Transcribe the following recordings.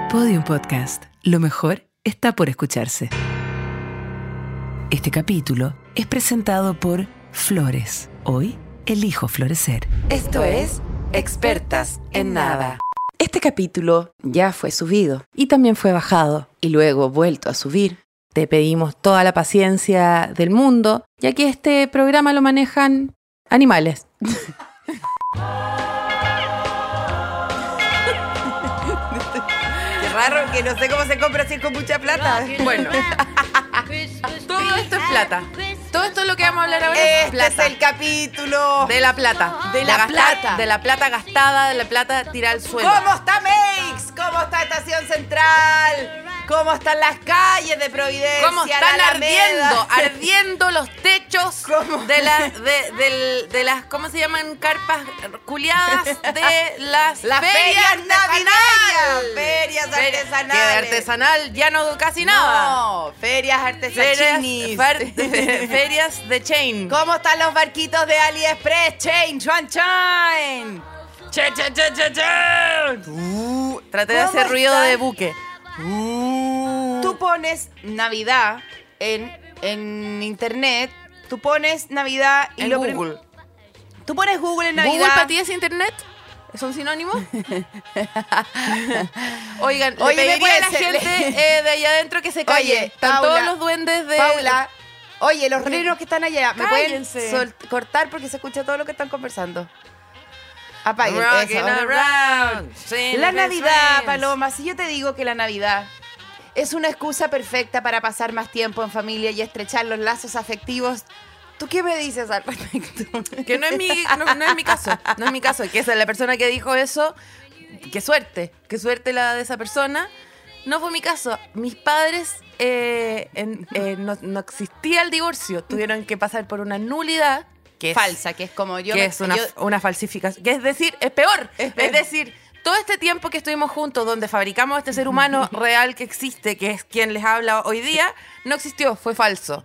Podium Podcast. Lo mejor está por escucharse. Este capítulo es presentado por Flores. Hoy elijo florecer. Esto es Expertas en Nada. Este capítulo ya fue subido y también fue bajado y luego vuelto a subir. Te pedimos toda la paciencia del mundo, ya que este programa lo manejan animales. Qué raro que no sé cómo se compra así con mucha plata. Bueno, todo esto es plata. Todo esto es lo que vamos a hablar ahora es plata. Este es el capítulo De la plata. De la plata. De la plata gastada, de la plata tirada al suelo. ¿Cómo está Meix? ¿Cómo está Estación Central? ¿Cómo están las calles de Providencia? ¿Cómo están la Alameda? ardiendo los techos ¿Cómo? de las, ¿cómo se llaman? Carpas culiadas de las ferias navideñas. Ferias artesanales. artesanales. Que de artesanal ya no casi nada. No, ferias artesachinis. Ferias de chain. ¿Cómo están los barquitos de AliExpress? Chain, chuan, chain. Traté de hacer ruido de buque. Tú pones Navidad en internet. Tú pones Navidad y En lo Google. Tú pones Google en Navidad. ¿Google para ti es internet? ¿Son sinónimos? Oigan, Oye, le pediría a la puede ser- gente de allá adentro que se calle. Oye, Están Paula, todos los duendes de... Paula, oye, los renos que están allá, ¿me Cállense. pueden cortar porque se escucha todo lo que están conversando? Apaguen Rocking eso. around, singing La with Navidad, friends. Paloma, si yo te digo que la Navidad es una excusa perfecta para pasar más tiempo en familia y estrechar los lazos afectivos, ¿tú qué me dices al respecto? Que no es mi caso. No es mi caso. Que esa es la persona que dijo eso. Qué suerte la de esa persona. No fue mi caso. Mis padres no existía el divorcio. Tuvieron que pasar por una nulidad que es Falsa, que es como yo. que es una falsificación. Que es decir, es peor. Es decir, todo este tiempo que estuvimos juntos, donde fabricamos este ser humano real que existe, que es quien les habla hoy día, no existió, fue falso.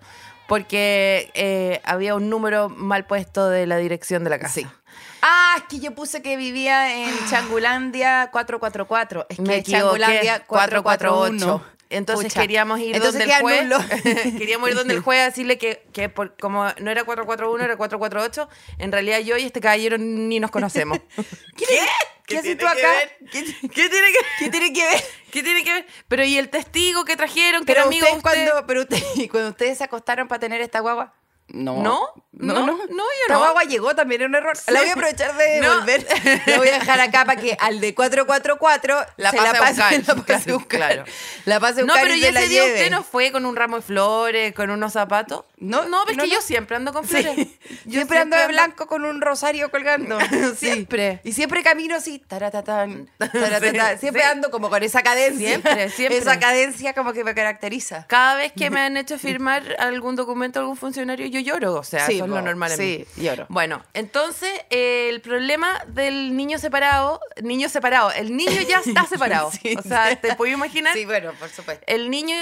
Porque había un número mal puesto de la dirección de la casa. Sí. Ah, es que yo puse que vivía en Changulandia 444. Es que Me equivoqué, Changulandia 448. Entonces Pucha. queríamos ir Entonces donde el queda juez. nulo. Queríamos ir donde el juez a decirle que como no era 441, era 448. En realidad yo y este caballero ni nos conocemos. ¿Qué? ¿Qué haces tú acá? ¿Qué tiene que ¿Qué tiene que ver? ¿Qué tiene que ver? Pero ¿y el testigo que trajeron? Que era Pero amigo de ustedes usted? cuando ustedes se acostaron para tener esta guagua. No, No, yo Esta no. guagua llegó también, era un error. La voy a aprovechar de No. devolver. La voy a dejar acá para que al de 444 La se pase a buscar. la pase a buscar. Claro. La pase a No, buscar pero y ¿y se la ese día lleve. usted no fue con un ramo de flores, con unos zapatos? No, pero es no, que no. yo siempre ando con flores. Sí. Yo Siempre ando de blanco con un rosario colgando. Siempre. Sí. Y siempre camino así, taratatán, Sí, siempre sí. ando como con esa cadencia. Siempre. Esa cadencia como que me caracteriza. Cada vez que me han hecho firmar algún documento, algún funcionario, yo lloro. O sea, Sí, eso es lo po, normal en sí, mí. lloro. Bueno, entonces el problema del niño separado, el niño ya está separado. Sí, o sea, sí. ¿te puedo imaginar? Sí, bueno, por supuesto. El niño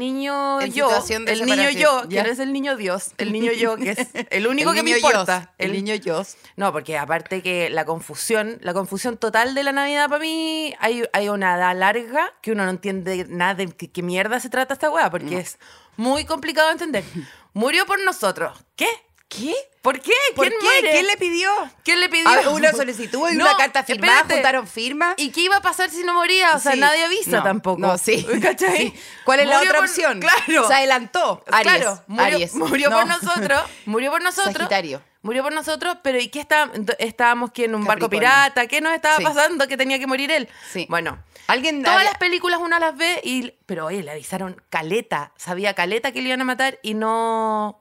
En yo, situación de el niño separación, yo, ya. que no es el niño Dios, el niño yo, que es el único El que me niño importa. Dios, el niño Dios. No, porque aparte que la confusión total de la Navidad para mí, hay una edad larga que uno no entiende nada de qué mierda se trata esta weá, porque es muy complicado de entender. Murió por nosotros. ¿Qué? ¿Qué? ¿Por qué? ¿Por ¿Quién qué? muere? ¿Quién le pidió? ¿Quién le pidió? Ah, una solicitud y No, una carta firmada, espérate. juntaron firmas. ¿Y qué iba a pasar si no moría? O sea, Sí. nadie avisa No, tampoco. No, sí. ¿Cachai? Sí. ¿Cuál es la Murió otra por- opción? Claro. Se adelantó. Aries. Claro, murió No. por nosotros. Murió por nosotros. Sagitario. Murió por nosotros, pero ¿y qué estábamos en un barco Capricornio. pirata? ¿Qué nos estaba Sí. pasando? Que tenía que morir él. Sí. Bueno, Alguien todas había- las películas uno las ve pero oye, le avisaron caleta, sabía caleta que le iban a matar y no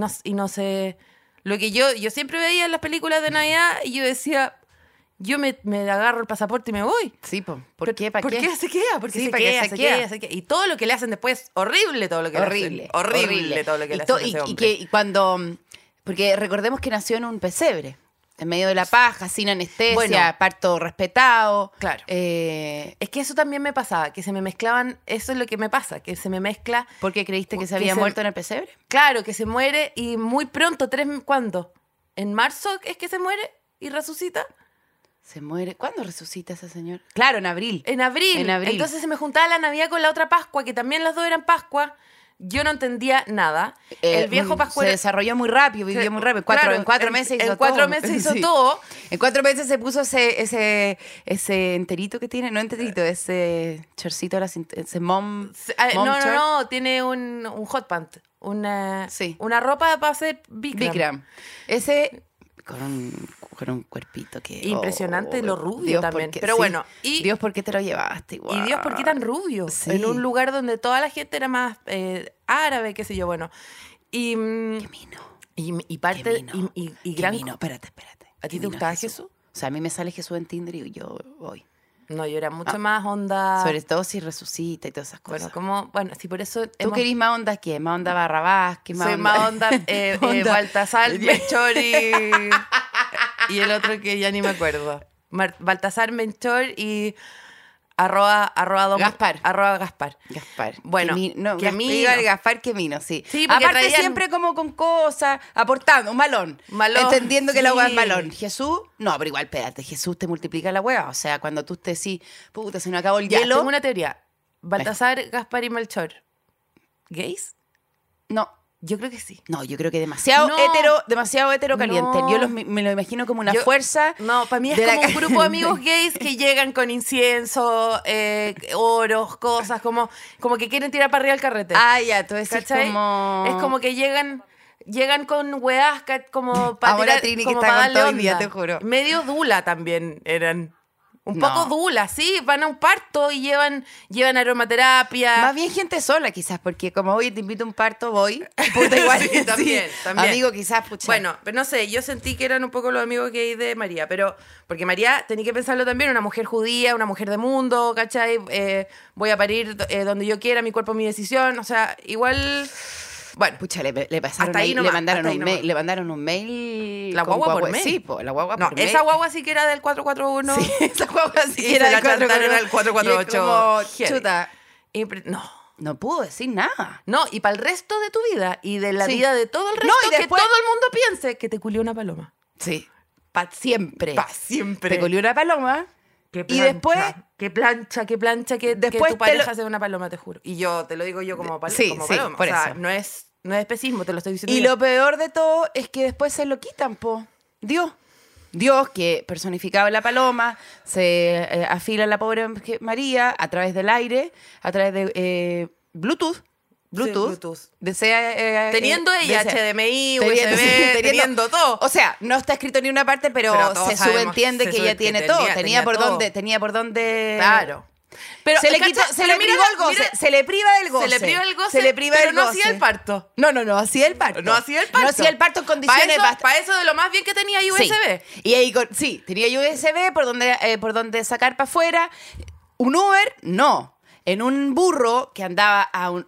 se lo que yo siempre veía en las películas de Navidad y yo decía, yo me agarro el pasaporte y me voy. Sí, ¿por qué? ¿Para ¿Por qué se queda? Porque Sí, se ¿para qué queda, se se queda? queda, se queda. Y todo lo que le hacen después, horrible todo lo que Horrible. le hacen. Horrible todo lo que le to- hacen a ese y hombre. y cuando... Porque recordemos que nació en un pesebre. En medio de la paja, sin anestesia, Bueno. parto respetado. Claro. Eh, Es que eso también me pasaba, que se me mezclaban, eso es lo que me pasa, que se me mezcla, ¿Por qué creíste que se Que había se- muerto en el pesebre? claro, que se muere y muy pronto, ¿cuándo? ¿En marzo es que se muere y resucita? Se muere. ¿Cuándo resucita ese señor? Claro, en abril. En abril. En abril. Entonces se me juntaba la Navidad con la otra Pascua, que también las dos eran Pascua. Yo no entendía nada. El viejo pascuero se desarrolló muy rápido, vivió muy rápido. En 4 meses hizo todo. En 4 meses hizo Sí. todo. En 4 meses se puso ese enterito que tiene, no enterito, ese chorcito, ese mom No, chor. no, tiene un hot pant. Sí. Una ropa para hacer Bikram. Bikram. Ese con un cuerpito que... Impresionante, lo rubio Dios, también. porque- Pero sí. bueno, y Dios, ¿por qué te lo llevaste igual? Dios, ¿por qué tan rubio? Sí. En un lugar donde toda la gente era más árabe, qué sé yo, bueno. Y, Qué mino. y parte... Qué mino. Y Qué gran... mino. Espérate. ¿A ti Qué te mino gustaba Jesús? O sea, a mí me sale Jesús en Tinder y yo voy. No, yo era mucho más onda... Sobre todo si resucita y todas esas cosas. Bueno, sí, por eso... ¿Tú querís más onda qué? ¿Más onda Barrabás? ¿Qué más Soy más onda Onda. Baltasar, Melchor y el otro que ya ni me acuerdo. Baltasar, Melchor y Gaspar. Gaspar. Gaspar. Bueno, que mino. Gaspar que mino, sí. Sí, porque aparte traían- siempre como con cosas, aportando, un malón. Entendiendo que la hueá es sí. malón. Jesús, no, pero igual, espérate, Jesús te multiplica la hueá. O sea, cuando tú te decís, puta, se me acabó el Ya, hielo. tengo una teoría. Baltasar, Gaspar y Melchor. ¿Gays? No. Yo creo que sí. No, yo creo que demasiado No. hetero caliente. No. Yo me lo imagino como una fuerza. No, para mí es de la como un grupo de amigos gays que llegan con incienso, oros, cosas, como que quieren tirar para arriba el carrete. Ah, ya, tú decís ¿Cachai? como... Es como que llegan con weas como para Ahora tirar, Trini que como está para con darle todo hoy día, onda. te juro. Medio dula también eran. Un No. poco dula, sí, van a un parto y llevan aromaterapia. Más bien gente sola, quizás, porque como hoy te invito a un parto, voy. Puta, igual. Sí, también. Amigo, quizás, pucha. Bueno, pero no sé, yo sentí que eran un poco los amigos gays de María, pero porque María tenía que pensarlo también, una mujer judía, una mujer de mundo, ¿cachai? Voy a parir donde yo quiera, mi cuerpo, mi decisión, o sea, igual... Bueno, Pucha, le pasaron hasta ahí ahí, nomás, le mandaron hasta ahí un mail, nomás. le mandaron un mail. La con guagua por mail. Sí, la guagua no, por mail. esa guagua sí que era del 441. Sí, esa guagua sí Y que era se la del chantaron al 448. 448. Y es como, Heavy. chuta, No. no pudo decir nada. No, y para el resto de tu vida y de la Sí. vida de todo el No, resto, y después- que todo el mundo piense que te culió una paloma. Sí, para siempre. Pa' siempre. Te colió una paloma. Qué Y después- qué plancha, que Después tu te pareja lo- sea una paloma, te juro. Y yo te lo digo yo como, Sí, como sí, paloma. por o sea, eso. no es especismo, te lo estoy diciendo Y yo. lo peor de todo es que después se lo quitan, po. Dios. Dios, que personificaba la paloma, se afila a la pobre María a través del aire, a través de Bluetooth. Bluetooth. Teniendo ella HDMI, USB, teniendo todo. O sea, no está escrito ni una parte, pero todos se sabemos, subentiende se que ella tiene todo. Tenía por dónde. Claro. Pero se le ¿cachai? quitó, se Pero le mira, privó el goce, mira, se le priva del goce. Se le priva el goce, se le priva pero del no goce. hacía el parto. No hacía el parto. No hacía el parto. No hacía el parto en condiciones Para eso de lo más bien que tenía Sí. USB. Y ahí sí, tenía USB por donde sacar para afuera. Un Uber, no. En un burro que andaba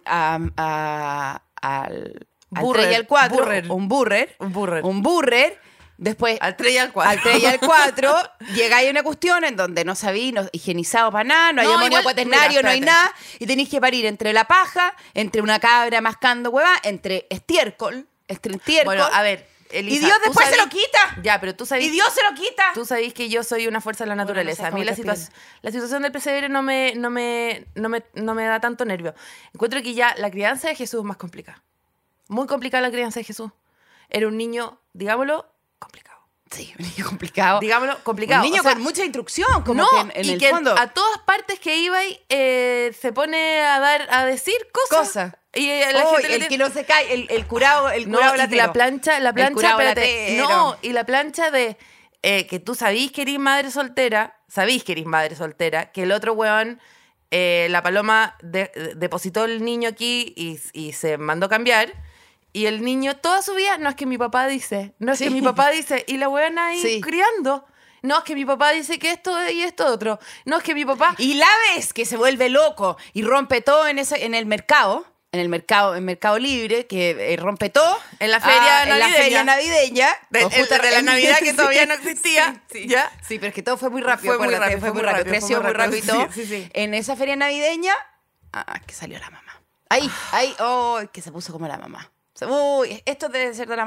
al Burrer, 3 y al 4. burrer. Un burrer. Un burrer. Un burrer. Después, Al 3 y al 4. al 3 y al 4, llegáis a una cuestión en donde no sabí, no higienizado para nada, no hay No, amonio igual, cuaternario, mira, no hay espérate. nada, y tenéis que parir entre la paja, entre una cabra mascando hueva, entre estiércol. Bueno, a ver, Elisa, y Dios tú después se sabís- lo quita. Ya, pero tú sabes. Y Dios se lo quita. Tú sabés que yo soy una fuerza de la Bueno, no naturaleza. sé A mí cómo la, te la situación del pesebre no me da tanto nervio. Encuentro que ya la crianza de Jesús es más complicada. Muy complicada la crianza de Jesús. Era un niño, digámoslo, complicado. Sí, un niño complicado. Digámoslo, complicado. Un niño O sea, con mucha instrucción, como no, que en y el que fondo. a todas partes que iba se pone a decir cosas. Cosas. Y la Oh, gente le el tiene- que no se cae, el curado, No, curado y latero. la plancha, El curado espérate, latero. no, y la plancha de que tú sabís que eres madre soltera, que el otro weón, la paloma depositó el niño aquí y se mandó cambiar, y el niño toda su vida, no es que mi papá dice, Sí. y la weona ahí Sí. criando. No, es que mi papá dice que esto y esto otro. No, es que mi papá... Y la vez que se vuelve loco y rompe todo en el mercado, en Mercado Libre, que rompe todo. En la feria en la navideña. feria navideña. de la Navidad que todavía no existía. Sí, sí. ¿Ya? Sí, pero es que todo fue muy rápido. Fue muy acuérdate, rápido, fue muy rápido. Creció muy rápido y todo. Sí, sí. En esa feria navideña, que salió la mamá. Ahí, oh, que se puso como la mamá. Uy, esto debe ser de la mamá.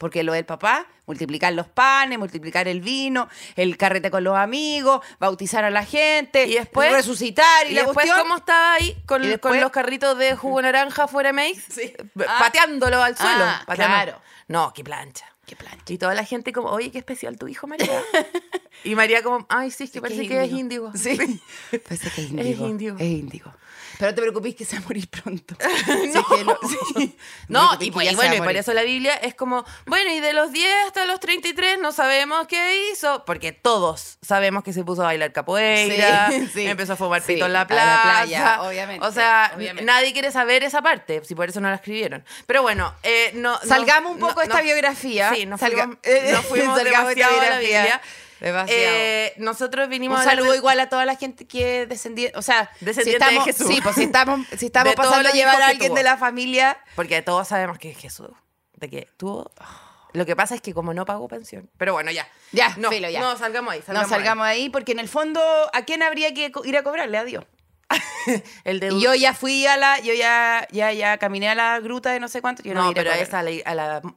Porque lo del papá, multiplicar los panes, multiplicar el vino, el carrete con los amigos, bautizar a la gente, Y después- resucitar y la después, cuestión. ¿cómo estaba ahí con, Y después- con los carritos de jugo naranja fuera de Mace? Sí. Pateándolo al suelo. Ah, pateando. claro. No, qué plancha. Qué plancha. Y toda la gente como, oye, qué especial tu hijo, María. Y María como, ay, sí, es que parece que es índigo. Sí. Parece que es índigo. Es índigo. Es índigo. Pero no te preocupes que se va a morir pronto. No. Que no, sí. No, te y, preocupes que ya se va bueno, a y por morir. eso la Biblia es como, bueno, y de los 10 hasta los 33 no sabemos qué hizo, porque todos sabemos que se puso a bailar capoeira, Sí, sí. empezó a fumar Sí, pito en a la la plaza. playa, obviamente, O sea, obviamente. nadie quiere saber esa parte, si por eso no la escribieron. Pero bueno, Salgamos un poco de esta biografía. Sí, nos Salga- fuimos salgamos de esta demasiado a la biografía. Biblia. Demasiado. Nosotros vinimos Un a hablar saludo de- igual a toda la gente que es descendiente, o sea, Descendiente de Jesús. Sí, pues si estamos De pasando todos a los llevar hijos a que alguien tuvo. de la familia. Porque todos sabemos que es Jesús. De que tuvo. Lo que pasa es que como no pagó pensión. Pero bueno, ya. Ya, No, filo, ya. no, salgamos ahí. No salgamos ahí porque en el fondo, ¿a quién habría que ir a cobrarle? A Dios. ahí. El de Y yo ya fui yo ya caminé a la gruta de no sé cuánto. Yo no, No, voy a ir a pero cobrar. es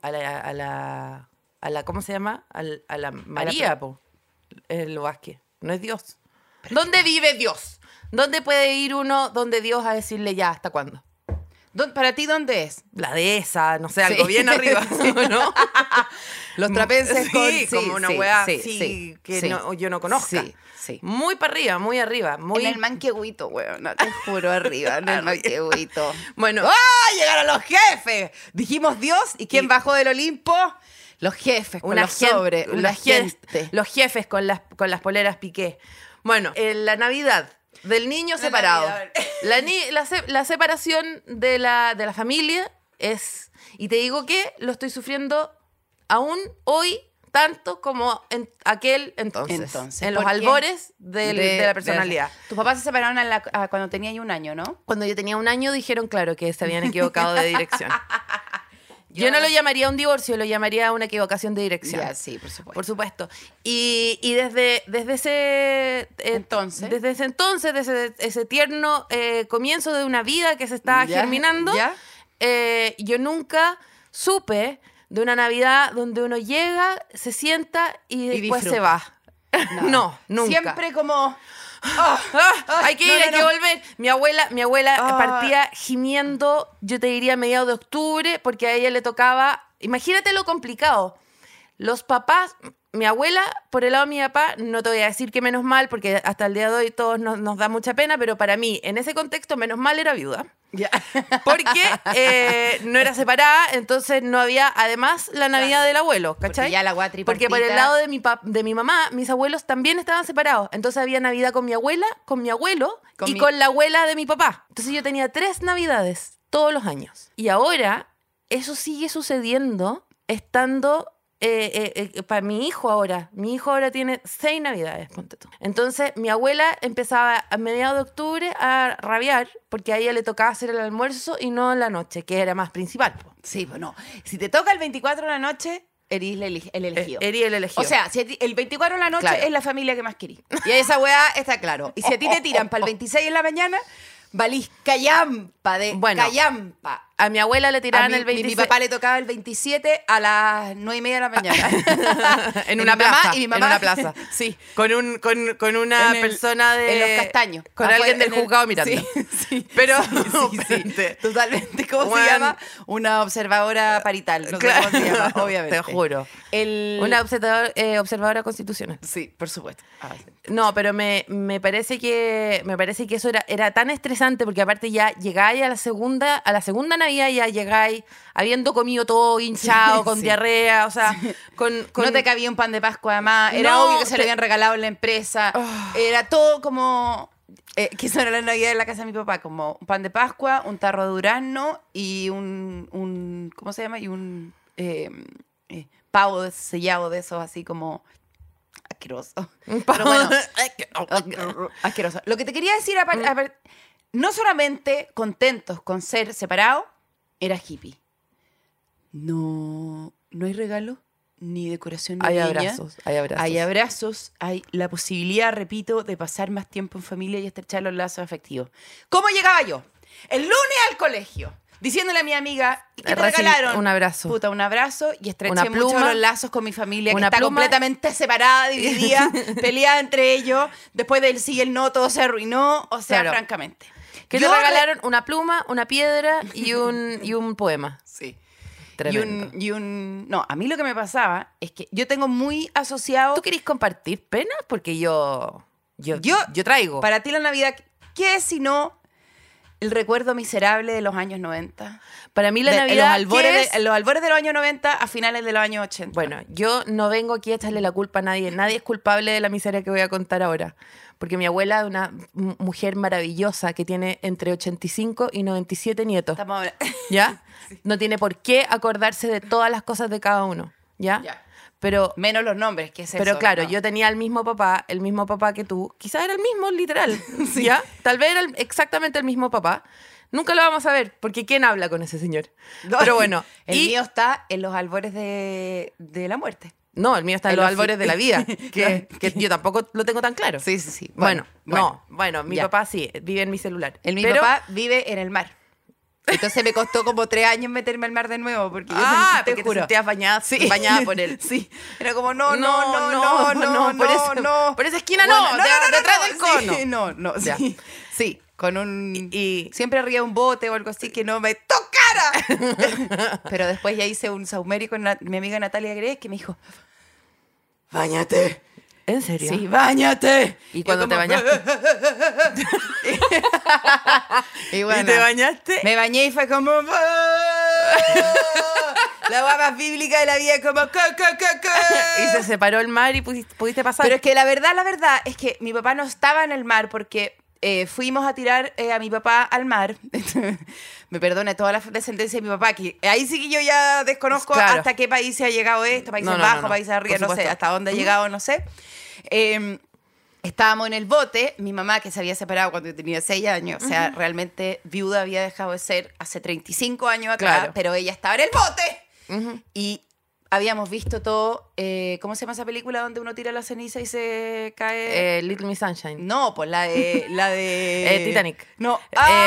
a la ¿cómo se llama? A la María, po. El Vázquez. No es Dios. ¿Dónde vive Dios? ¿Dónde puede ir uno donde Dios a decirle ya hasta cuándo? ¿Para ti dónde es? La dehesa, no sé, algo Sí. bien arriba, ¿no? Los trapenses Sí, como una weá así sí, que sí. no, yo no conozca. Sí, sí. Muy para arriba, muy arriba. Muy... En el manquehuito, weón, no te juro, arriba, en el manquehuito. Bueno, ¡Ah! Llegaron los jefes. Dijimos Dios, ¿y quién bajó del Olimpo? Los jefes con los sobres, la gente. los jefes con las poleras piqué. Bueno, la Navidad del niño La separado. Navidad. La separación de la familia es... Y te digo que lo estoy sufriendo aún hoy tanto como en aquel entonces. En los ¿por qué? albores de la personalidad. Tus papás se separaron cuando tenías 1 año, ¿no? Cuando yo tenía 1 año dijeron, claro, que se habían equivocado de dirección. Yo no lo llamaría un divorcio, lo llamaría una equivocación de dirección. Ya, sí, por supuesto. Por supuesto. Y desde ese Entonces. desde ese tierno comienzo de una vida que se estaba Ya, germinando, ya. yo nunca supe de una Navidad donde uno llega, se sienta y después se disfruta. va. No, nunca. Siempre como... Hay que ir, hay que volver. Mi abuela Ah. partía gimiendo, yo te diría a mediados de octubre, porque a ella le tocaba. Imagínate lo complicado. Los papás, mi abuela, por el lado de mi papá, no te voy a decir que menos mal, porque hasta el día de hoy todos nos da mucha pena, pero para mí, en ese contexto, menos mal era viuda. Ya. Porque no era separada, entonces no había, además, la Navidad del abuelo, ¿cachai? Porque ya la guá Porque por el tripartita. lado de mi mamá, mis abuelos también estaban separados. Entonces había Navidad con mi abuela, con mi abuelo con la abuela de mi papá. Entonces yo tenía 3 Navidades todos los años. Y ahora, eso sigue sucediendo estando... para mi hijo ahora tiene 6 Navidades, ponte tú. Entonces mi abuela empezaba a mediados de octubre a rabiar porque a ella le tocaba hacer el almuerzo y no en la noche, que era más principal, po. Sí, pues no. Si te toca el 24 de la noche, eres el elegido. Erí el elegido. O sea, si a ti- el 24 de la noche Claro. es la familia que más querís. Y esa weá está claro. Y si a ti te tiran para el 26 en la mañana, valís callampa de Bueno. callampa. A mi abuela le A tiraban mi, el 26. mi papá le tocaba el 27 a las 9:30 de la mañana. en Y una mi mamá- plaza. y mi En mamá- una plaza. Sí. Con una En el- persona de. en los castaños. Con Afuera, alguien del en el- juzgado mirando. Sí, sí. Pero. Sí. espérate. Totalmente. ¿Cómo Bueno. se llama? Una observadora parital. No sé Claro. cómo se llama, obviamente. Te juro. El... Una observadora constitucional. Sí, por supuesto. No, pero me parece que eso era tan estresante porque aparte ya llegáis a la segunda Navidad, ya llegáis habiendo comido todo hinchado, con sí. diarrea, o sea, con No te cabía un pan de Pascua además. Era No, obvio que se lo habían regalado en la empresa. Era todo como... que eso era la Navidad en la casa de mi papá. Como un pan de Pascua, un tarro de durazno y un ¿cómo se llama? Y un pavo sellado de esos así como... asqueroso. Pero bueno, asqueroso. Lo que te quería decir, no solamente contentos con ser separados, era hippie. No hay regalo ni decoración hay navideña. abrazos, hay abrazos. Hay abrazos, hay la posibilidad, repito, de pasar más tiempo en familia y estrechar los lazos afectivos. ¿Cómo llegaba yo? El lunes al colegio. Diciéndole a mi amiga, ¿y qué te Recibí regalaron? un abrazo. Puta, un abrazo y estreché Una mucho pluma. los lazos con mi familia, que Una está pluma. completamente separada, dividida, peleada entre ellos. Después del sí y el no, todo se arruinó. O sea, Claro. francamente. Que Yo te regalaron una pluma, una piedra y un poema. Sí. Tremendo. No, a mí lo que me pasaba es que yo tengo muy asociado... ¿Tú querés compartir penas? Porque yo traigo. Para ti la Navidad, ¿qué es sino el recuerdo miserable de los años 90? Para mí la En Navidad, los albores de los años 90 a finales de los años 80. Bueno, yo no vengo aquí a echarle la culpa a nadie. Nadie es culpable de la miseria que voy a contar ahora. Porque mi abuela es una mujer maravillosa que tiene entre 85 y 97 nietos. Estamos hablando... ¿Ya? No tiene por qué acordarse de todas las cosas de cada uno. ¿Ya? Ya. Pero, Menos los nombres, que es eso. pero claro, ¿no? yo tenía el mismo papá que tú. Quizás era el mismo, literal. ¿Ya? Tal vez era exactamente el mismo papá. Nunca lo vamos a ver, porque ¿quién habla con ese señor? No, Pero bueno. El mío está en los albores de la muerte. No, el mío está en En los los albores de la vida, que yo tampoco lo tengo tan claro. Sí, sí, sí. Bueno, bueno, mi ya. papá sí, vive en mi celular. Mi Pero- papá vive en el mar. Entonces me costó como 3 años meterme al mar de nuevo, porque yo te porque te juro. sentías bañada, bañada por él. Sí. Era como, no, por esa esquina no, detrás del cono. Sí, no, Ya. sí. Sí, con un... Y- Siempre arriba de un bote o algo así que no me tocara. Pero después ya hice un saumerio con mi amiga Natalia Grez, que me dijo, báñate. ¿En serio? Sí, báñate. ¿Y cuando yo te como, bañaste? Y bueno, ¿Y te bañaste? me bañé y fue como... La agua más bíblica de la vida, como... Y se separó el mar y pudiste pasar. Pero es que la verdad es que mi papá no estaba en el mar porque fuimos a tirar a mi papá al mar. Me perdone toda la descendencia de mi papá, que ahí sí que yo ya desconozco Claro. hasta qué país se ha llegado esto, países No, bajos, no. países arriba, Por no sé, supuesto. hasta dónde ha llegado, no sé. Estábamos en el bote, mi mamá que se había separado cuando yo tenía 6 años, o sea, realmente viuda había dejado de ser hace 35 años atrás, Claro. pero ella estaba en el bote. Ujú. Y habíamos visto todo, ¿cómo se llama esa película donde uno tira la ceniza y se cae? Little Miss Sunshine. No, pues la de Titanic. No,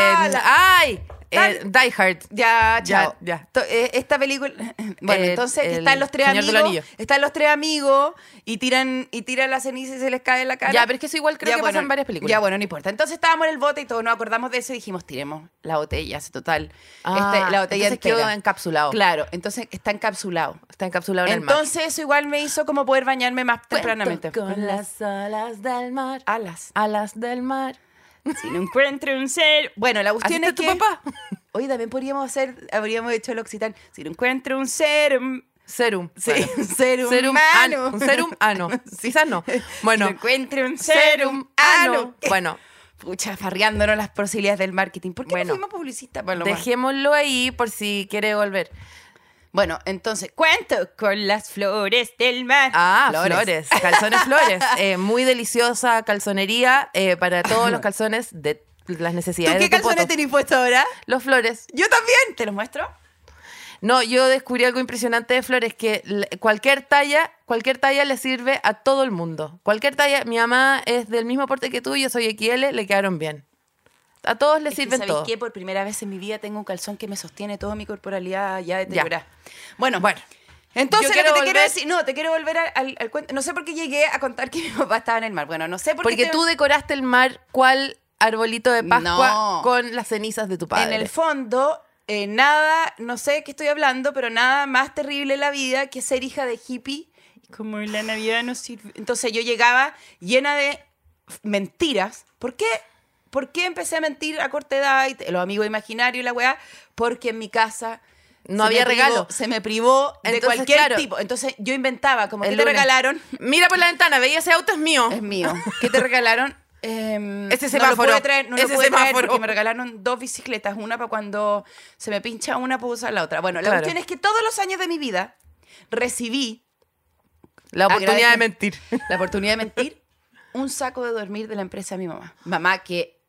¡Ay! Tal- Die Hard. ya, chao. Ya. Esta película, bueno, entonces que el están los 3 Señor del amigos, Anillo. están los 3 amigos y tiran la ceniza y se les cae en la cara. Ya, pero es que eso igual creo que pasa en varias películas. Ya, bueno, no importa. Entonces estábamos en el bote y todos nos acordamos de eso y dijimos, tiremos la botella, hace total. La botella entonces quedó entera. encapsulado. Claro, entonces está encapsulado. Está encapsulado en el mar. Entonces eso igual me hizo como poder bañarme más tempranamente. Con las alas del mar. alas. Alas del mar. Si no encuentro un ser. Bueno, la cuestión ¿Así es está que. tu papá? Hoy también habríamos hecho el Occitán. Si no encuentro un ser. Serum. Sí, Bueno. un ser Serum humano. ano. Un serum ano. Quizás no. Bueno. Si no encuentro un serum ano. Bueno, Pucha, farreándonos las posibilidades del marketing. ¿Por qué Bueno. no fuimos publicistas? Bueno, bueno. dejémoslo ahí por si quiere volver. Bueno, entonces, cuento con las flores del mar. Flores. Calzones flores. Muy deliciosa calzonería para todos los calzones de las ¿Tú necesidades qué de tu calzones poto. tenés puesto ahora? Los flores. Yo también. ¿Te los muestro? No, yo descubrí algo impresionante de flores, que cualquier talla le sirve a todo el mundo. Cualquier talla, mi mamá es del mismo porte que tú, yo soy XL, le quedaron bien. A todos les Es que, sirven ¿sabéis todo. qué? Por primera vez en mi vida tengo un calzón que me sostiene toda mi corporalidad ya deteriorada. Bueno, Bueno, entonces yo lo que te quiero quiero volver- decir, no, te quiero volver al cuento. No sé por qué llegué a contar que mi papá estaba en el mar. Bueno, no sé por qué. Porque tú decoraste el mar cual arbolito de Pascua No. con las cenizas de tu padre. En el fondo, nada, no sé qué estoy hablando, pero nada más terrible en la vida que ser hija de hippie. Como en la Navidad no sirve. Entonces yo llegaba llena de mentiras. ¿Por qué? ¿Por qué empecé a mentir a corta edad? Y los amigos imaginarios y la weá. Porque en mi casa No había regalo. Se me privó de Entonces, cualquier claro. tipo. Entonces yo inventaba, como El que te lunes. regalaron. Mira por la ventana, veía ese auto, es mío. Es mío. ¿Qué te regalaron? Ese No lo semáforo. pude traer, no lo Ese pude traer semáforo. porque me regalaron 2 bicicletas. Una para cuando se me pincha una, puedo usar la otra. Bueno, la Claro. cuestión es que todos los años de mi vida recibí La oportunidad de Agradezco- mentir. la oportunidad de mentir un saco de dormir de la empresa de mi mamá. Mamá que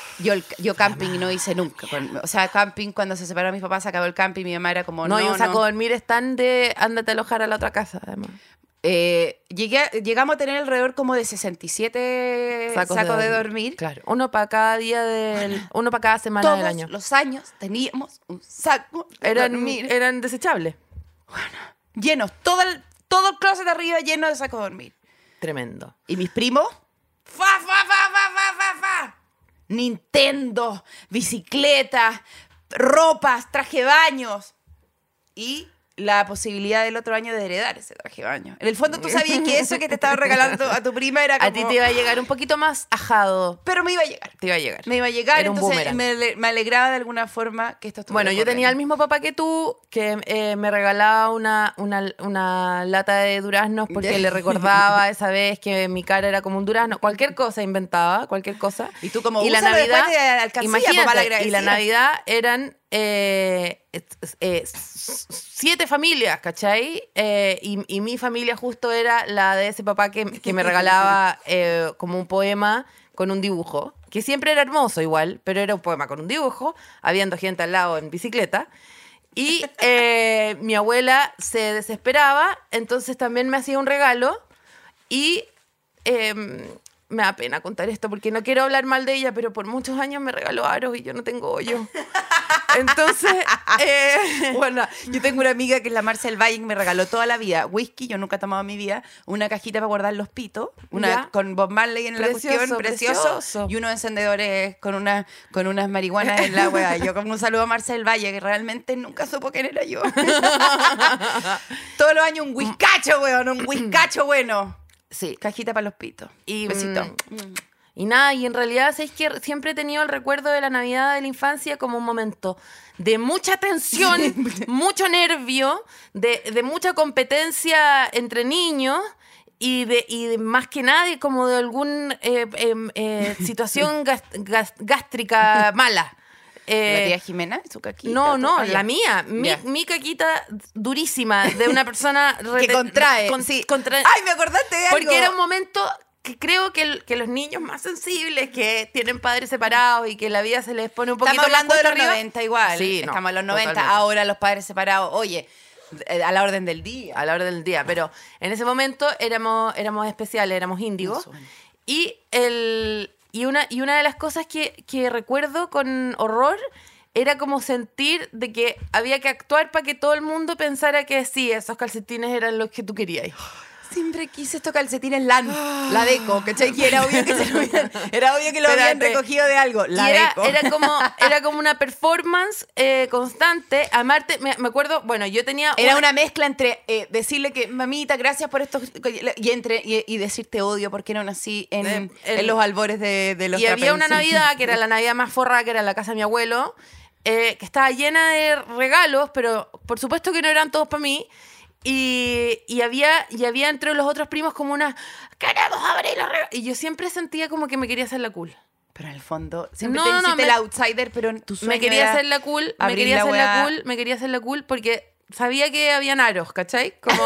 yo camping no hice nunca. O sea, camping cuando se separó mis papás, se acabó el camping. Mi mamá era como, No, no, y un saco de dormir es tan de ándate a alojar a la otra casa, además. Llegamos a tener alrededor como de 67 sacos de dormir. Claro, uno para cada uno para cada semana del año. Todos los años teníamos un saco de dormir. Eran desechables. Llenos, todo el closet de arriba lleno de sacos de dormir. Tremendo. Y mis primos, fa. Nintendo, bicicletas, ropas, traje de baños. Y la posibilidad del otro año de heredar ese traje de baño. En el fondo tú sabías que eso que te estaba regalando a tu prima era como... A ti te iba a llegar un poquito más ajado. Pero me iba a llegar. Te iba a llegar. Me iba a llegar, Era un entonces boomerang. me alegraba de alguna forma que esto estuviera Bueno, yo tenía el mismo papá que tú, que me regalaba una lata de duraznos porque le recordaba esa vez que mi cara era como un durazno. Cualquier cosa inventaba, cualquier cosa. Y tú como, y la úsalo Navidad, después de alcancía, imagínate, papá, la y la Navidad eran 7 familias, ¿cachai? Y mi familia justo era la de ese papá que me regalaba como un poema con un dibujo, que siempre era hermoso igual, pero era un poema con un dibujo, habiendo gente al lado en bicicleta. Y mi abuela se desesperaba, entonces también me hacía un regalo y... me da pena contar esto porque no quiero hablar mal de ella, pero por muchos años me regaló aros y yo no tengo hoyo. Entonces, bueno, yo tengo una amiga que es la Marcel Valle, que me regaló toda la vida whisky, yo nunca he tomado en mi vida, una cajita para guardar los pitos, ¿Ya? con Bob Marley en la cuestión, precioso, y unos encendedores con unas marihuanas en la hueá. Yo como un saludo a Marcel Valle, que realmente nunca supo quién era yo. Todos los años un whiskacho, weón, un whiskacho bueno. sí. Cajita para los pitos. Y, besito. Y nada, y en realidad es que siempre he tenido el recuerdo de la Navidad de la infancia como un momento de mucha tensión, mucho nervio, de mucha competencia entre niños y de más que nada como de alguna situación gástrica mala. ¿La tía Jimena? ¿Su caquita? No, Allá. la mía. Mi caquita durísima de una persona... Que contrae. Sí. Ay, me acordaste de algo. Porque era un momento que creo que los niños más sensibles, que tienen padres separados y que la vida se les pone un poquito Estamos hablando más de los cuesta arriba. 90 igual. Sí, estamos en los 90. totalmente. Ahora los padres separados, oye, a la orden del día. A la hora del día. Pero en ese momento éramos especiales, éramos índigos. Y una de las cosas que recuerdo con horror era como sentir de que había que actuar para que todo el mundo pensara que sí, esos calcetines eran los que tú querías. Siempre quise estos calcetines LAN, la Deco, ¿cachai? Que era obvio que lo habían recogido de algo. La Deco. Era como una performance constante. Amarte, me acuerdo, bueno, yo tenía... Era una mezcla entre decirle que, mamita, gracias por esto, y decirte odio porque no nací en los albores de los Y había trapenses. una Navidad, que era la Navidad más forrada, que era la casa de mi abuelo, que estaba llena de regalos, pero por supuesto que no eran todos para mí. Y había entre los otros primos como una... ¡Queremos abrir los regalos! Y yo siempre sentía como que me quería hacer la cool. Pero en el fondo, siempre No, te no, hiciste me- el outsider, pero tu sueño Me quería era hacer la cool, me abrir quería la hacer weá. la cool, me quería hacer la cool porque sabía que habían aros, ¿cachai? Como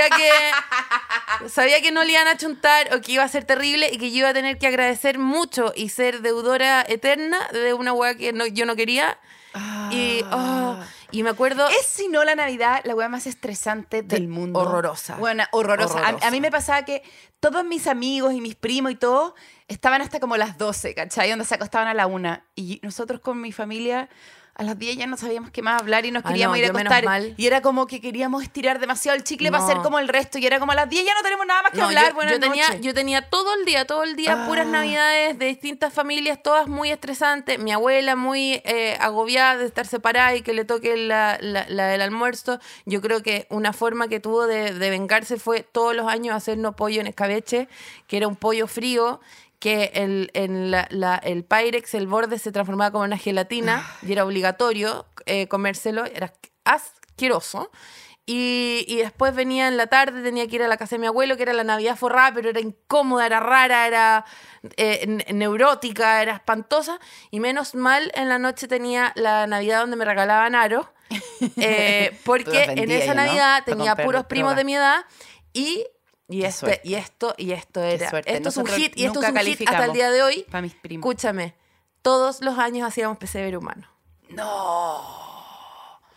sabía que no le iban a chuntar o que iba a ser terrible y que yo iba a tener que agradecer mucho y ser deudora eterna de una weá que yo no quería. Y me acuerdo... Es, si no, la Navidad, la weá más estresante del mundo. Horrorosa. Bueno, horrorosa. Horrorosa. A mí me pasaba que todos mis amigos y mis primos y todo estaban hasta como las 12, ¿cachai? Donde se acostaban a la 1. Y nosotros con mi familia... A las 10 ya no sabíamos qué más hablar y nos queríamos ir a yo menos acostar. mal. Y era como que queríamos estirar demasiado el chicle para No. ser como el resto. Y era como a las 10 ya no tenemos nada más que No, hablar. yo Buenas tenía, noches. yo tenía todo el día, puras navidades de distintas familias, todas muy estresantes. Mi abuela muy agobiada de estar separada y que le toque la del almuerzo. Yo creo que una forma que tuvo de vengarse fue todos los años hacernos pollo en escabeche, que era un pollo frío, que el Pyrex, el borde, se transformaba como una gelatina y era obligatorio comérselo, era asqueroso. Y después venía en la tarde, tenía que ir a la casa de mi abuelo, que era la Navidad forrada, pero era incómoda, era rara, era neurótica, era espantosa. Y menos mal, en la noche tenía la Navidad donde me regalaban aros, porque Tú los en vendías, esa ¿no? Navidad Para tenía comprar puros primos droga. de mi edad y suerte. esto era. suerte. Esto es un Nosotros hit y esto nunca es un hit hasta el calificamos día de hoy. para mis primos. Escúchame, todos los años hacíamos pesebre humano. No.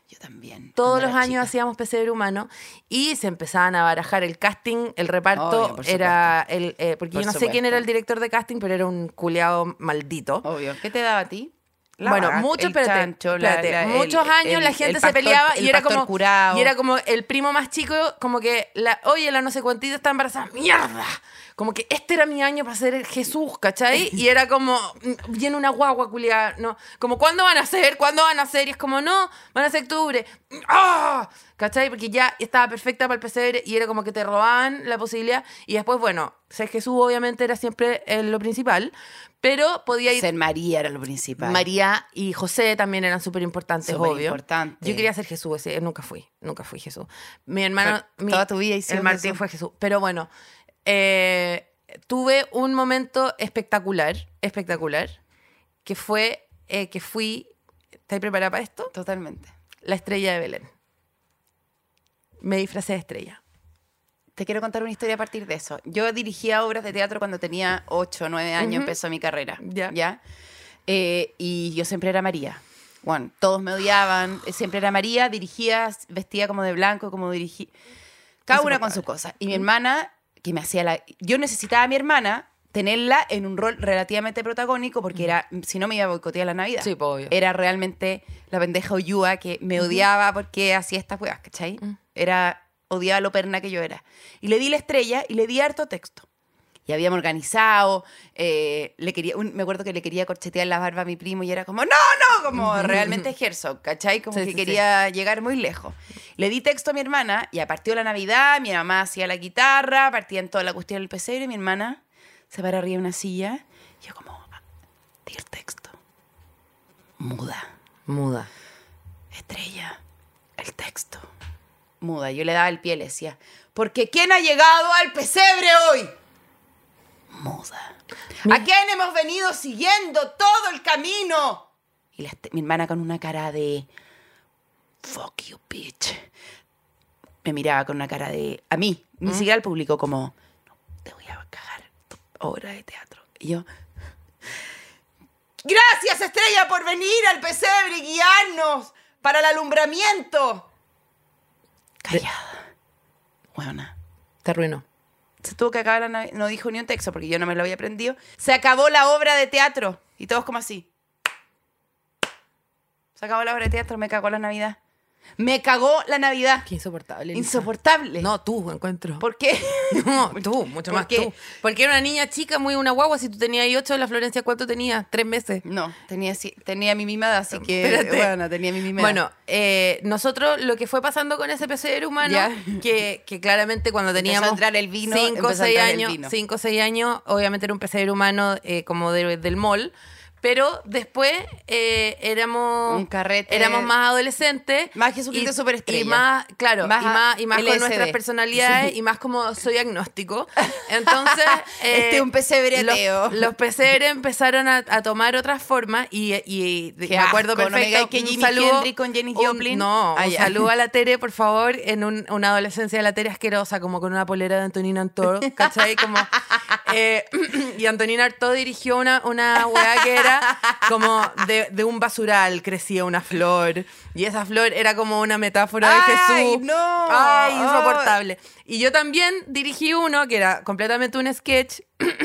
Yo también. Todos cuando los era años chica. hacíamos pesebre humano y se empezaban a barajar el casting, el reparto. Obvio, por Era porque Por yo no sé quién era el supuesto. director de casting, pero era un culiado maldito. Obvio. ¿Qué te daba a ti? Bueno, muchos muchos años la gente se peleaba y era como curado. y era como el primo más chico, como que oye, la no sé cuántita está embarazada, mierda. Como que este era mi año para ser Jesús, ¿cachai? Y era como, viene una guagua culiada, ¿no? Como, ¿cuándo van a ser? ¿Cuándo van a ser? Y es como, no, van a ser octubre. ¡Ah! ¿Cachai? Porque ya estaba perfecta para el pesebre y era como que te robaban la posibilidad. Y después, bueno, ser Jesús obviamente era siempre lo principal, pero podía ir... Ser María era lo principal. María y José también eran súper importantes, obvio. Superimportante. Yo quería ser Jesús, nunca fui Jesús. Mi hermano... Toda tu vida hiciste el Martín Jesús. fue Jesús. Pero bueno, tuve un momento espectacular, que fue que fui... ¿Estás preparada para esto? Totalmente. La estrella de Belén. Me disfracé de estrella. Te quiero contar una historia a partir de eso. Yo dirigía obras de teatro cuando tenía 8 o 9 años, empezó mi carrera. Ya. Y yo siempre era María. Bueno, todos me odiaban, siempre era María, dirigía, vestía como de blanco, como dirigía. Cada una con su cosa. Y mi hermana, que me hacía la... Yo necesitaba a mi hermana tenerla en un rol relativamente protagónico porque era, si no me iba a boicotear la Navidad. Sí, pues, obvio. Era realmente la pendeja Ollúa que me odiaba porque hacía estas huevas, ¿cachai? Odiaba lo perna que yo era. Y le di la estrella y le di harto texto. Y habíamos organizado, me acuerdo que le quería corchetear la barba a mi primo y era como, no, como realmente Herzog, ¿cachai? Como que quería llegar muy lejos. Le di texto a mi hermana y a partir de la Navidad, mi mamá hacía la guitarra, partía en toda la cuestión del pesebre y mi hermana se para arriba de una silla y yo como, di el texto. Muda. Estrella, el texto. Muda. Yo le daba el pie y le decía, porque ¿quién ha llegado al pesebre hoy? Muda. ¿A quién hemos venido siguiendo todo el camino? Y mi hermana con una cara de fuck you, bitch. Me miraba con una cara de... A mí, ni siquiera al público, como no, te voy a cagar tu obra de teatro. Y yo... Gracias, Estrella, por venir al pesebre y guiarnos para el alumbramiento. Callada. Buena. Te arruinó. Se tuvo que acabar la Navidad. No dijo ni un texto porque yo no me lo había aprendido. Se acabó la obra de teatro. Y todos como así. Se acabó la obra de teatro, me cagó la Navidad. Me cagó la Navidad. Qué insoportable. Elisa. Insoportable. No, tú, encuentro. ¿Por qué? No, tú, mucho ¿Por más qué? tú. Porque era una niña chica, muy una guagua. Si tú tenías 8, la Florencia, ¿cuánto tenías? 3 meses. No, tenía mi misma edad, así que... Espérate. Bueno, tenía mi misma edad. Bueno, nosotros lo que fue pasando con ese pesebre humano, Ya. que claramente cuando Empezó teníamos a entrar el vino, 5 o empezó a 6 entrar el años, vino. 5 o 6 años, obviamente era un pesebre humano como del mall. Pero después éramos... Un carrete. Éramos más adolescentes. Más Jesucristo Superestrella. Y más, claro, Más y más con LSD. nuestras personalidades y más como soy agnóstico. Entonces... Un pesebre ateo. Los pesebres empezaron a tomar otras formas y Qué me acuerdo asco, no me perfecto. digáis que un Jimi saludo- Hendrix con Janis Joplin. No, Ah, un ya. saludo a la Tere, por favor, en una adolescencia de la Tere asquerosa, como con una polera de Antonina Artaud, ¿cachai? Como, y Antonina Artaud dirigió una weá que era como de un basural crecía una flor y esa flor era como una metáfora de ¡Ay, Jesús. no! ¡Ay, insoportable! Y yo también dirigí uno que era completamente un sketch.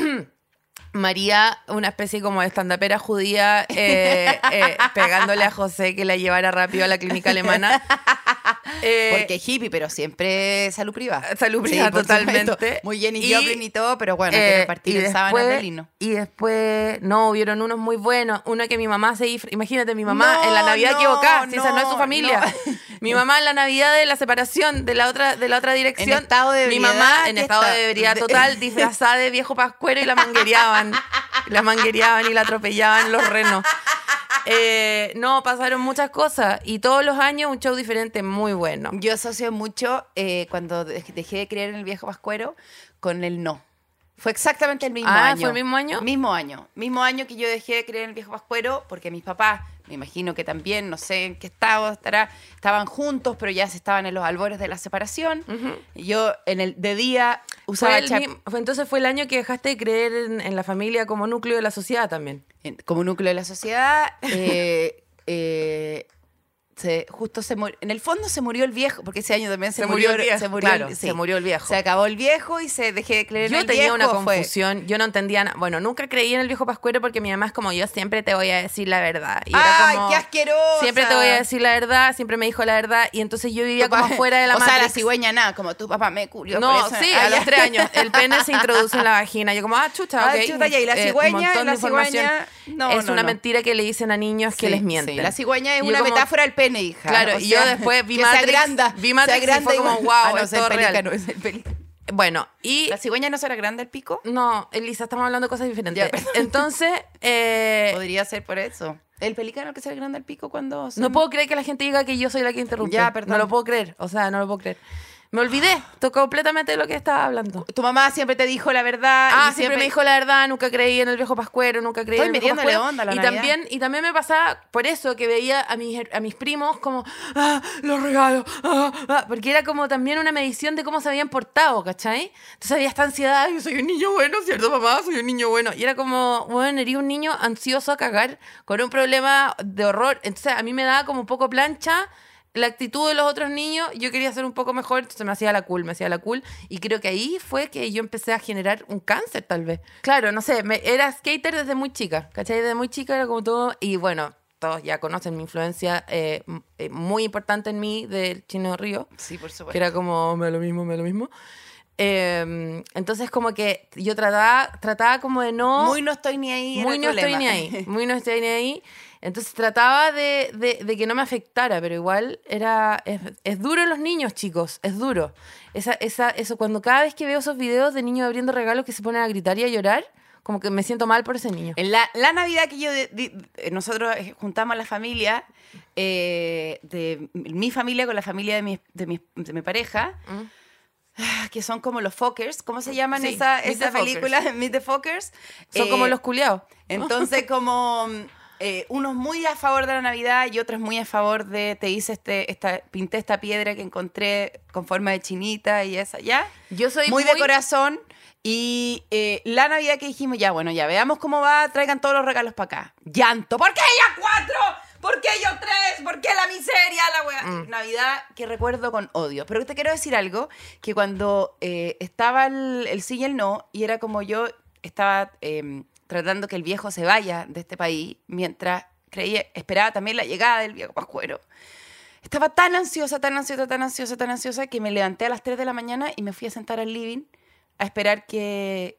María, una especie como de estandapera judía, pegándole a José que la llevara rápido a la clínica alemana. Porque hippie, pero siempre salud privada. Salud privada, por totalmente. supuesto. Muy Jenny Y, Joplin y todo, pero bueno, que repartir en sábanas de lino. Y después, no, hubieron unos muy buenos. Uno que mi mamá imagínate, mi mamá No, en la Navidad no, equivocada, si esa no es su no, familia. no. Mi mamá en la Navidad de la separación de la otra dirección. En estado de mi ebriedad, mamá en ¿qué estado está? de ebriedad total, disfrazada de viejo pascuero y la manguereaban. Y la atropellaban los renos. No, pasaron muchas cosas y todos los años un show diferente muy bueno. Yo asocio mucho cuando dejé de creer en el viejo pascuero con el no. Fue exactamente el mismo año. ¿Fue el mismo año? Mismo año. Mismo año que yo dejé de creer en el viejo pascuero porque mis papás, me imagino que también, no sé en qué estado estaban juntos, pero ya se estaban en los albores de la separación. Y yo de día usaba Entonces fue el año que dejaste de creer en la familia como núcleo de la sociedad también. como núcleo de la sociedad. justo se murió. En el fondo se murió el viejo, porque ese año también Se murió el viejo. sí. Se murió el viejo. Se acabó el viejo y se dejé de creer en Yo el tenía viejo. una confusión, yo no entendía nada. Bueno, nunca creí en el viejo pascuero porque mi mamá es como, yo siempre te voy a decir la verdad. Y era ¡Ay, como, qué asquerosa! siempre te voy a decir la verdad, siempre me dijo la verdad. Y entonces yo vivía como fuera de la O sea, Matrix. la cigüeña nada, como tu papá me culió. No, por eso. sí, Ah, a ya. los 3 años. El pene se introduce en la vagina. Yo como, chuta, Ah, ok. chuta, ya, y la Un cigüeña, montón de información. no, es no, una no. mentira que le dicen a niños que Sí, les mienten. sí. La cigüeña es Y yo una como- metáfora del pene, hija. Claro, O y yo sea, después vi que Matrix, se agranda. vi Matrix se agranda y fue como, igual. wow, Ah, no, es es el todo real. pelícano, es el pelícano. Bueno, y... ¿La cigüeña no será grande el pico? No, Elisa, estamos hablando de cosas diferentes. Ya, perdón. Entonces, Podría ser por eso. ¿El pelícano que será grande el pico cuando... no puedo creer que la gente diga que yo soy la que interrumpe. Ya, perdón. No lo puedo creer. O sea, no lo puedo creer. Me olvidé completamente de lo que estaba hablando. Tu mamá siempre te dijo la verdad. Ah, y siempre me dijo la verdad, nunca creí en el viejo pascuero, nunca creí Estoy en el viejo metiéndole pascuero. onda a la y Navidad. también me pasaba por eso que veía a mis primos como, los regalos, porque era como también una medición de cómo se habían portado, ¿cachai? Entonces había esta ansiedad, yo soy un niño bueno, ¿cierto, mamá? Soy un niño bueno. Y era como, bueno, era un niño ansioso a cagar con un problema de horror. Entonces a mí me daba como un poco plancha la actitud de los otros niños. Yo quería ser un poco mejor, entonces me hacía la cool. Y creo que ahí fue que yo empecé a generar un cáncer, tal vez. Claro, no sé, era skater desde muy chica, ¿cachai? Desde muy chica era como todo. Y bueno, todos ya conocen mi influencia muy importante en mí del Chino Río. Sí, por supuesto. Que era como, me da lo mismo. Entonces como que yo trataba como de no... Muy no estoy ni ahí. Muy no estoy ni ahí. Muy no estoy ni ahí. Entonces trataba de que no me afectara, pero igual es duro en los niños, chicos, es duro. Eso, cuando cada vez que veo esos videos de niños abriendo regalos que se ponen a gritar y a llorar, como que me siento mal por ese niño. En la Navidad que nosotros juntamos a la familia, de mi familia con la familia de mi pareja, que son como los Fockers, ¿cómo se llaman Sí, esa Meet the película? Meet the Fockers. Son como los culiados. Entonces, como unos muy a favor de la Navidad y otros muy a favor de, te hice pinté esta piedra que encontré con forma de chinita y esa, ¿ya? Yo soy muy de corazón. Y la Navidad que dijimos, ya, bueno, ya veamos cómo va, traigan todos los regalos para acá. Llanto, ¿por qué ella 4? ¿Por qué yo 3? ¿Por qué la miseria? La wea? Navidad que recuerdo con odio. Pero te quiero decir algo, que cuando estaba el sí y el no, y era como yo estaba tratando que el viejo se vaya de este país, mientras esperaba también la llegada del viejo pascuero. Estaba tan ansiosa, que me levanté a las 3 de la mañana y me fui a sentar al living a esperar que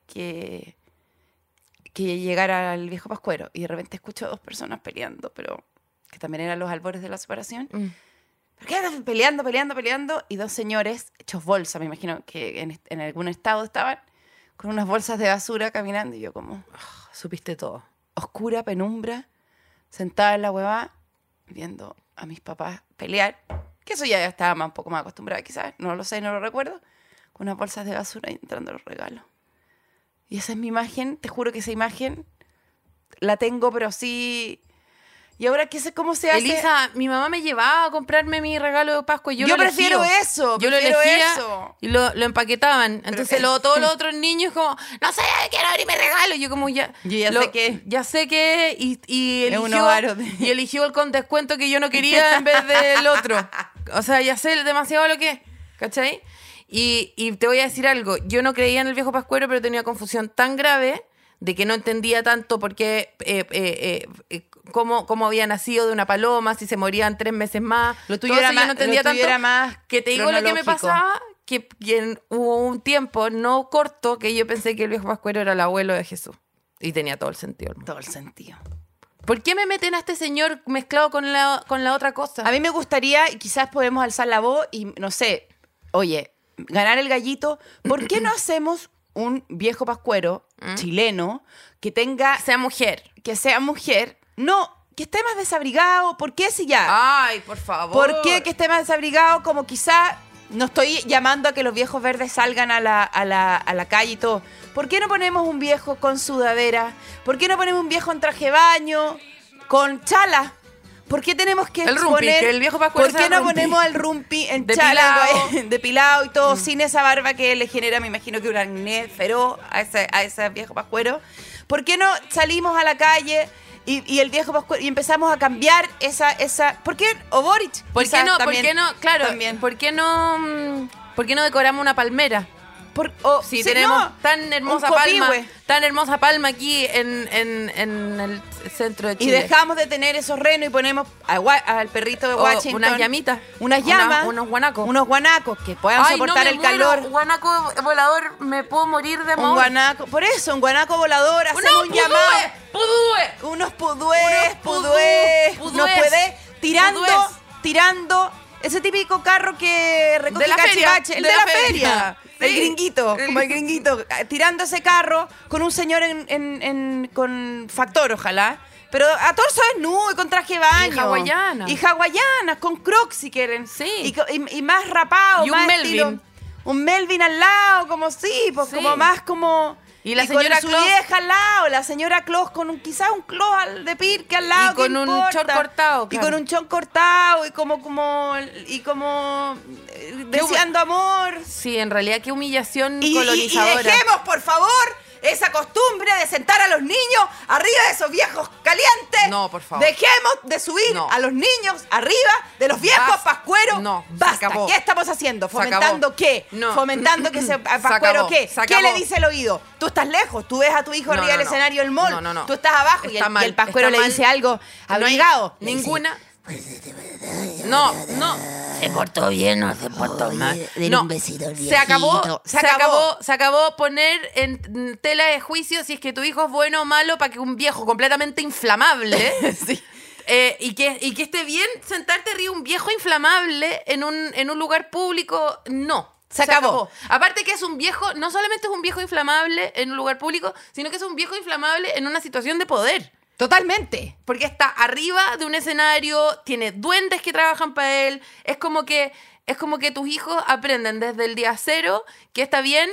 llegara el viejo pascuero. Y de repente escucho a 2 personas peleando, pero que también eran los albores de la separación. ¿Por qué eran peleando? Y 2 señores hechos bolsa, me imagino que en algún estado estaban, con unas bolsas de basura caminando. Y yo como, Supiste todo. oscura, penumbra, sentada en la hueva, viendo a mis papás pelear. Que eso ya estaba un poco más acostumbrada quizás, no lo sé, no lo recuerdo. Con unas bolsas de basura y entrando los regalos. Y esa es mi imagen, te juro que esa imagen la tengo, pero sí... Y ahora, ¿qué sé cómo se hace? Elisa, mi mamá me llevaba a comprarme mi regalo de Pascua y yo lo prefiero elegía. eso, Yo lo prefiero elegía eso. y lo empaquetaban. Entonces todos los otros niños como, no sé, quiero abrir mi regalo. Y yo como, Yo ya sé qué. Ya sé qué. Y Es unos aros y eligió el con descuento que yo no quería en vez del otro. O sea, ya sé demasiado lo que es. ¿Cachai? Y te voy a decir algo. Yo no creía en el viejo pascuero, pero tenía confusión tan grave de que no entendía tanto por qué... Cómo había nacido de una paloma, si se morían 3 meses más. Lo tuyo Todo era eso yo más- no entendía lo tuyo tanto. era más Que te digo lo que me cronológico. pasaba, que hubo un tiempo no corto que yo pensé que el viejo pascuero era el abuelo de Jesús. Y tenía todo el sentido del mundo. Todo el sentido. ¿Por qué me meten a este señor mezclado con la otra cosa? A mí me gustaría, y quizás podemos alzar la voz y, no sé, oye, ganar el gallito. ¿Por qué no hacemos un viejo pascuero chileno que tenga... Que sea mujer. No, que esté más desabrigado. ¿Por qué si ya? Ay, por favor. ¿Por qué que esté más desabrigado? Como quizá, no estoy llamando a que los viejos verdes salgan a la calle y todo. ¿Por qué no ponemos un viejo con sudadera? ¿Por qué no ponemos un viejo en traje de baño? Con chala. ¿Por qué tenemos que El rumpi, exponer- que el viejo pascuero ¿Por qué sea no rumpi? ponemos al rumpi en Depilado. chala, depilado y todo, sin esa barba que le genera, me imagino que un acné feroz a ese viejo pascuero? ¿Por qué no salimos a la calle Y el viejo Pascuero, y empezamos a cambiar esa ¿por qué? O Boric. ¿Por qué no? También, ¿Por qué no? Claro, también. ¿por qué no decoramos una palmera? Si sí, tenemos no, tan hermosa un palma, copihue. aquí en el centro de Y Chile. dejamos de tener esos renos y ponemos al perrito de O Washington. unas llamitas. Unas llamas. Unos guanacos. Unos guanacos que puedan soportar el calor. Guanaco volador, me puedo morir de amor. Un guanaco. Por eso, un guanaco volador. Hacemos un llamado. Unos pudúes. Nos puede tirando ese típico carro que recoge De la feria, cachivache. El de la feria. El Sí. gringuito, como el gringuito, tirando ese carro con un señor con factor, ojalá. Pero a torso desnudo y con traje de baño. Y hawaianas. Y hawaianas, con crocs si quieren. Sí. Y más rapado, Y un más Melvin. estilo. Un Melvin al lado, como sí, pues Sí. como más como... Y la con señora su Claus. vieja al lado, la señora Claus con quizás un Claus de Pirque al lado. Y con ¿qué un importa? short cortado, Y claro. con un chon cortado y como deseando amor. Sí, en realidad qué humillación Y colonizadora. dejemos, por favor, esa costumbre de sentar a los niños arriba de esos viejos calientes. No, por favor. Dejemos de subir No. a los niños arriba de los viejos Basta. pascueros. No, se Basta. acabó. ¿Qué estamos haciendo? Se ¿Fomentando acabó. qué? No. ¿Fomentando que se pascuero acabó. qué? Se ¿Qué acabó. le dice el oído? Tú estás lejos, tú ves a tu hijo No, arriba no, del no. escenario del mall. No. Tú estás abajo y Está mal, el pascuero está le mal. dice algo No hay abrigado. ninguna. No. ¿Se portó bien o se portó mal? Dele No, un besito al se acabó, viejito. se acabó poner en tela de juicio si es que tu hijo es bueno o malo para que un viejo completamente inflamable Sí. y que esté bien sentarte arriba de un viejo inflamable en un lugar público. No. Se acabó. Aparte que es un viejo, no solamente es un viejo inflamable en un lugar público, sino que es un viejo inflamable en una situación de poder. Totalmente. Porque está arriba de un escenario, tiene duendes que trabajan para él. Es como que tus hijos aprenden desde el día cero que está bien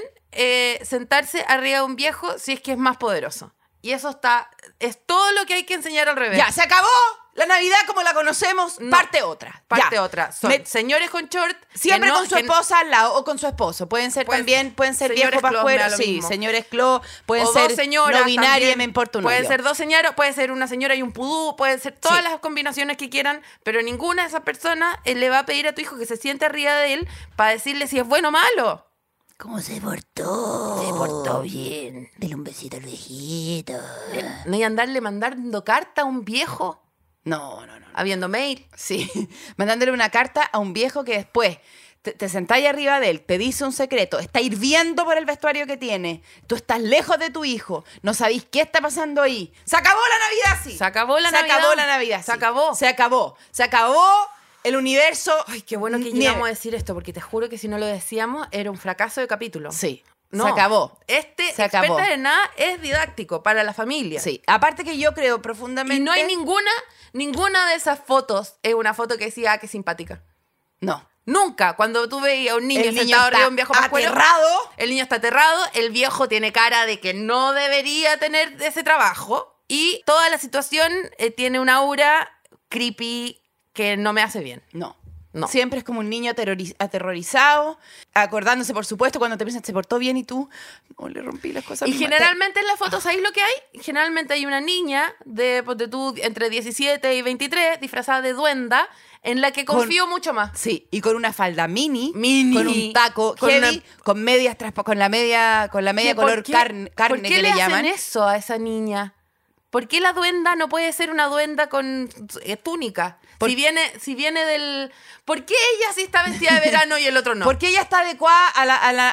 sentarse arriba de un viejo si es que es más poderoso. Y eso es todo lo que hay que enseñar al revés. Ya, se acabó la Navidad como la conocemos, No. parte otra. Parte Ya. otra. Son señores con short. Siempre que no- con su que- esposa al lado o con su esposo. Pueden ser Pueden ser señores viejos clos, me da pascueros, lo sí, mismo. señores clos, pueden o ser dos señoras no binaria, también. me importa un Pueden hoyo. ser dos señoras, puede ser una señora y un pudú, pueden ser todas Sí. las combinaciones que quieran, pero ninguna de esas personas le va a pedir a tu hijo que se siente arriba de él para decirle si es bueno o malo. ¿Cómo se portó? Se portó bien. Dele un besito al viejito. No hay andarle mandando carta a un viejo, No. habiendo mail. Sí, mandándole una carta a un viejo que después te sentáis arriba de él, te dice un secreto, está hirviendo por el vestuario que tiene, tú estás lejos de tu hijo, no sabéis qué está pasando ahí. Se acabó la Navidad, sí. Se acabó la Se Navidad. acabó la Navidad, Se sí. acabó. Se acabó el universo. Ay, qué bueno que nieve. llegamos a decir esto, porque te juro que si no lo decíamos era un fracaso de capítulo. Sí, No, se acabó. Se acabó. Expertas de nada es didáctico para la familia. Sí, aparte que yo creo profundamente... Y no hay ninguna de esas fotos es una foto que decía, qué simpática. No. Nunca. Cuando tú veías a un niño El niño sentado arriba de está un viejo pascuero, aterrado. el niño está aterrado, el viejo tiene cara de que no debería tener ese trabajo y toda la situación tiene un aura creepy que no me hace bien. No. No. Siempre es como un niño aterrorizado, acordándose, por supuesto, cuando te piensan, se portó bien y tú, no le rompí las cosas. a Y mi generalmente en la foto, ¿sabéis lo que hay? Generalmente hay una niña de, ponte tú, entre 17 y 23, disfrazada de duenda, en la que confío mucho más. Sí, y con una falda mini, Mini. con un taco Con heavy, una- con medias con la media ¿Qué? color ¿Por qué? carne ¿Por qué que le le llaman. hacen eso a esa niña? ¿Por qué la duenda no puede ser una duenda con túnica? Si viene del... ¿Por qué ella sí está vestida de verano y el otro no? Porque ella está adecuada a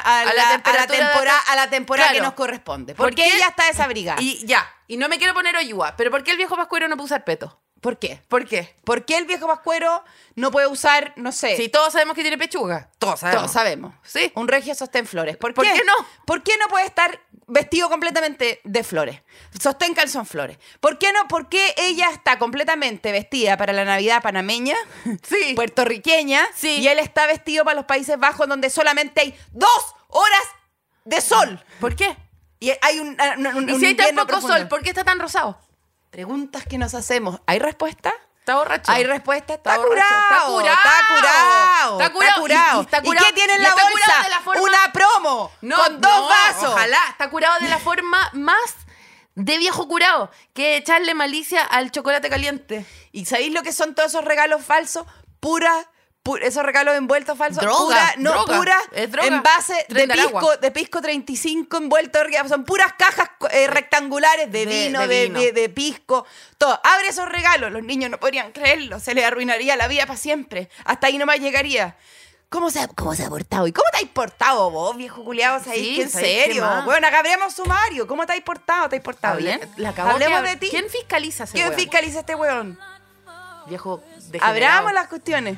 la temporada Claro. que nos corresponde. ¿Por Porque qué? ella está desabrigada. Y no me quiero poner oyúa, pero ¿por qué el viejo pascuero no puede usar peto? ¿Por qué? ¿Por qué? ¿Por qué el viejo pascuero no puede usar, no sé? Si todos sabemos que tiene pechuga. Todos sabemos. Todos sabemos. Sí. Un regio sostén flores. ¿Por ¿Por qué? qué no? ¿Por qué no puede estar vestido completamente de flores? Sostén calzón flores. ¿Por qué no? ¿Por qué ella está completamente vestida para la Navidad panameña, Sí. puertorriqueña, Sí. y él está vestido para los Países Bajos donde solamente hay 2 horas de sol? ¿Por qué? Y hay un Y si hay tan invierno poco profundo. sol, ¿por qué está tan rosado? Preguntas que nos hacemos. ¿Hay respuesta? Está borracho. Hay respuesta. Está borracho. curado. Está curado. Está curado. Y está curado. ¿Y qué tiene en Y la está curado bolsa? de la forma- Una promo con 2 vasos. Ojalá. Está curado de la forma más de viejo curado, que echarle malicia al chocolate caliente. ¿Y sabéis lo que son todos esos regalos falsos? Esos regalos envueltos falsos. Droga, Pura es droga. envase Tren de agua. de pisco 35 envueltos. Son puras cajas rectangulares de vino, de pisco. Todo. Abre esos regalos. Los niños no podrían creerlo. Se les arruinaría la vida para siempre. Hasta ahí nomás llegaría. ¿Cómo se ha portado? ¿Y cómo te has portado vos, viejo culiado? Sí, ¿En ¿sabes qué serio? más? Bueno, acabemos sumario. ¿Cómo te has portado? ¿Te has portado bien? La cagó Hablemos que- de ti. ¿Quién fiscaliza ese ¿Quién weón? fiscaliza este weón? Viejo degenerado. Abramos las cuestiones.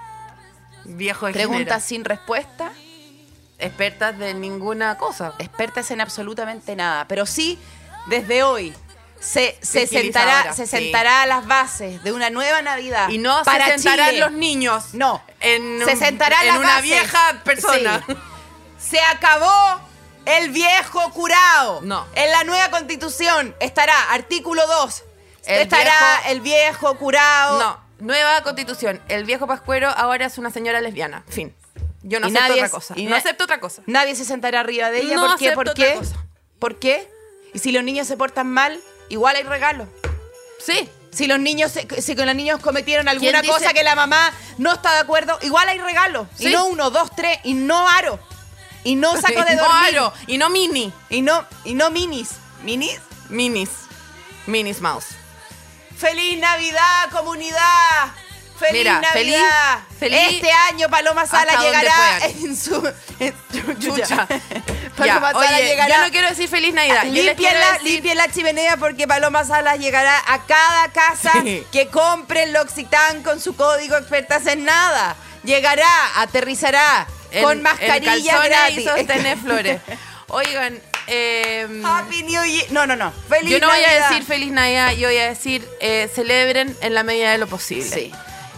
Viejo Preguntas sin respuesta. expertas de ninguna cosa. Expertas en absolutamente nada. Pero sí, desde hoy se Vigilizadora, sentará a las bases de una nueva Navidad. Y no para se sentarán Chile. los niños. No. En, Se sentarán en las una bases. vieja persona. Sí. Se acabó el viejo curado. No. En la nueva constitución estará artículo 2. El Estará viejo- el viejo curado. No, nueva constitución. El viejo pascuero ahora es una señora lesbiana. Fin. Yo no Y acepto nadie otra es- cosa. y No na- acepto otra cosa. Nadie se sentará arriba de ella. No ¿Por qué? acepto ¿Por qué? otra cosa. ¿Por qué? Y si los niños se portan mal, igual hay regalos. Sí. Si los niños si con los niños cometieron alguna ¿Quién dice- cosa que la mamá no está de acuerdo, igual hay regalos. Sí. Y no 1, 2, 3, y no aro. Y no saco de No dormir. aro. Y no mini. Y no minis. ¿Minis? Minis. Minis mouse. ¡Feliz Navidad, comunidad! ¡Feliz Mira, Navidad! feliz- Este año Paloma Sala hasta donde llegará puedan. en su... Chucha. Paloma Ya, Sala oye, llegará... yo no quiero decir feliz Navidad. Yo les quiero decir- Limpien la chimenea porque Paloma Salas llegará a cada casa Sí. que compre el L'Occitane con su código expertas en nada. Llegará, aterrizará con mascarilla calzones gratis. y sostener flores. Oigan, Happy New Year. No. Feliz yo no voy a Navidad. decir feliz Navidad, yo voy a decir celebren en la medida de lo posible. Sí.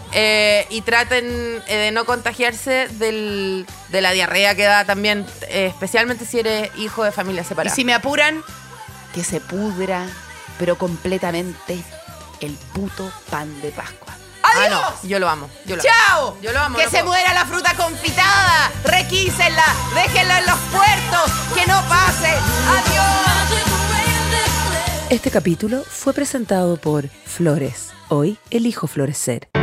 Y traten de no contagiarse de la diarrea que da también, especialmente si eres hijo de familia Y separada. si me apuran, que se pudra, pero completamente, el puto pan de Pascua. Ah, ¡Adiós! no, yo lo amo. Yo lo amo. ¡Chao! Yo lo amo. Que no se puedo. muera la fruta confitada. Requísenla. Déjenla en los puertos. Que no pase. ¡Adiós! Este capítulo fue presentado por Flores. Hoy elijo florecer.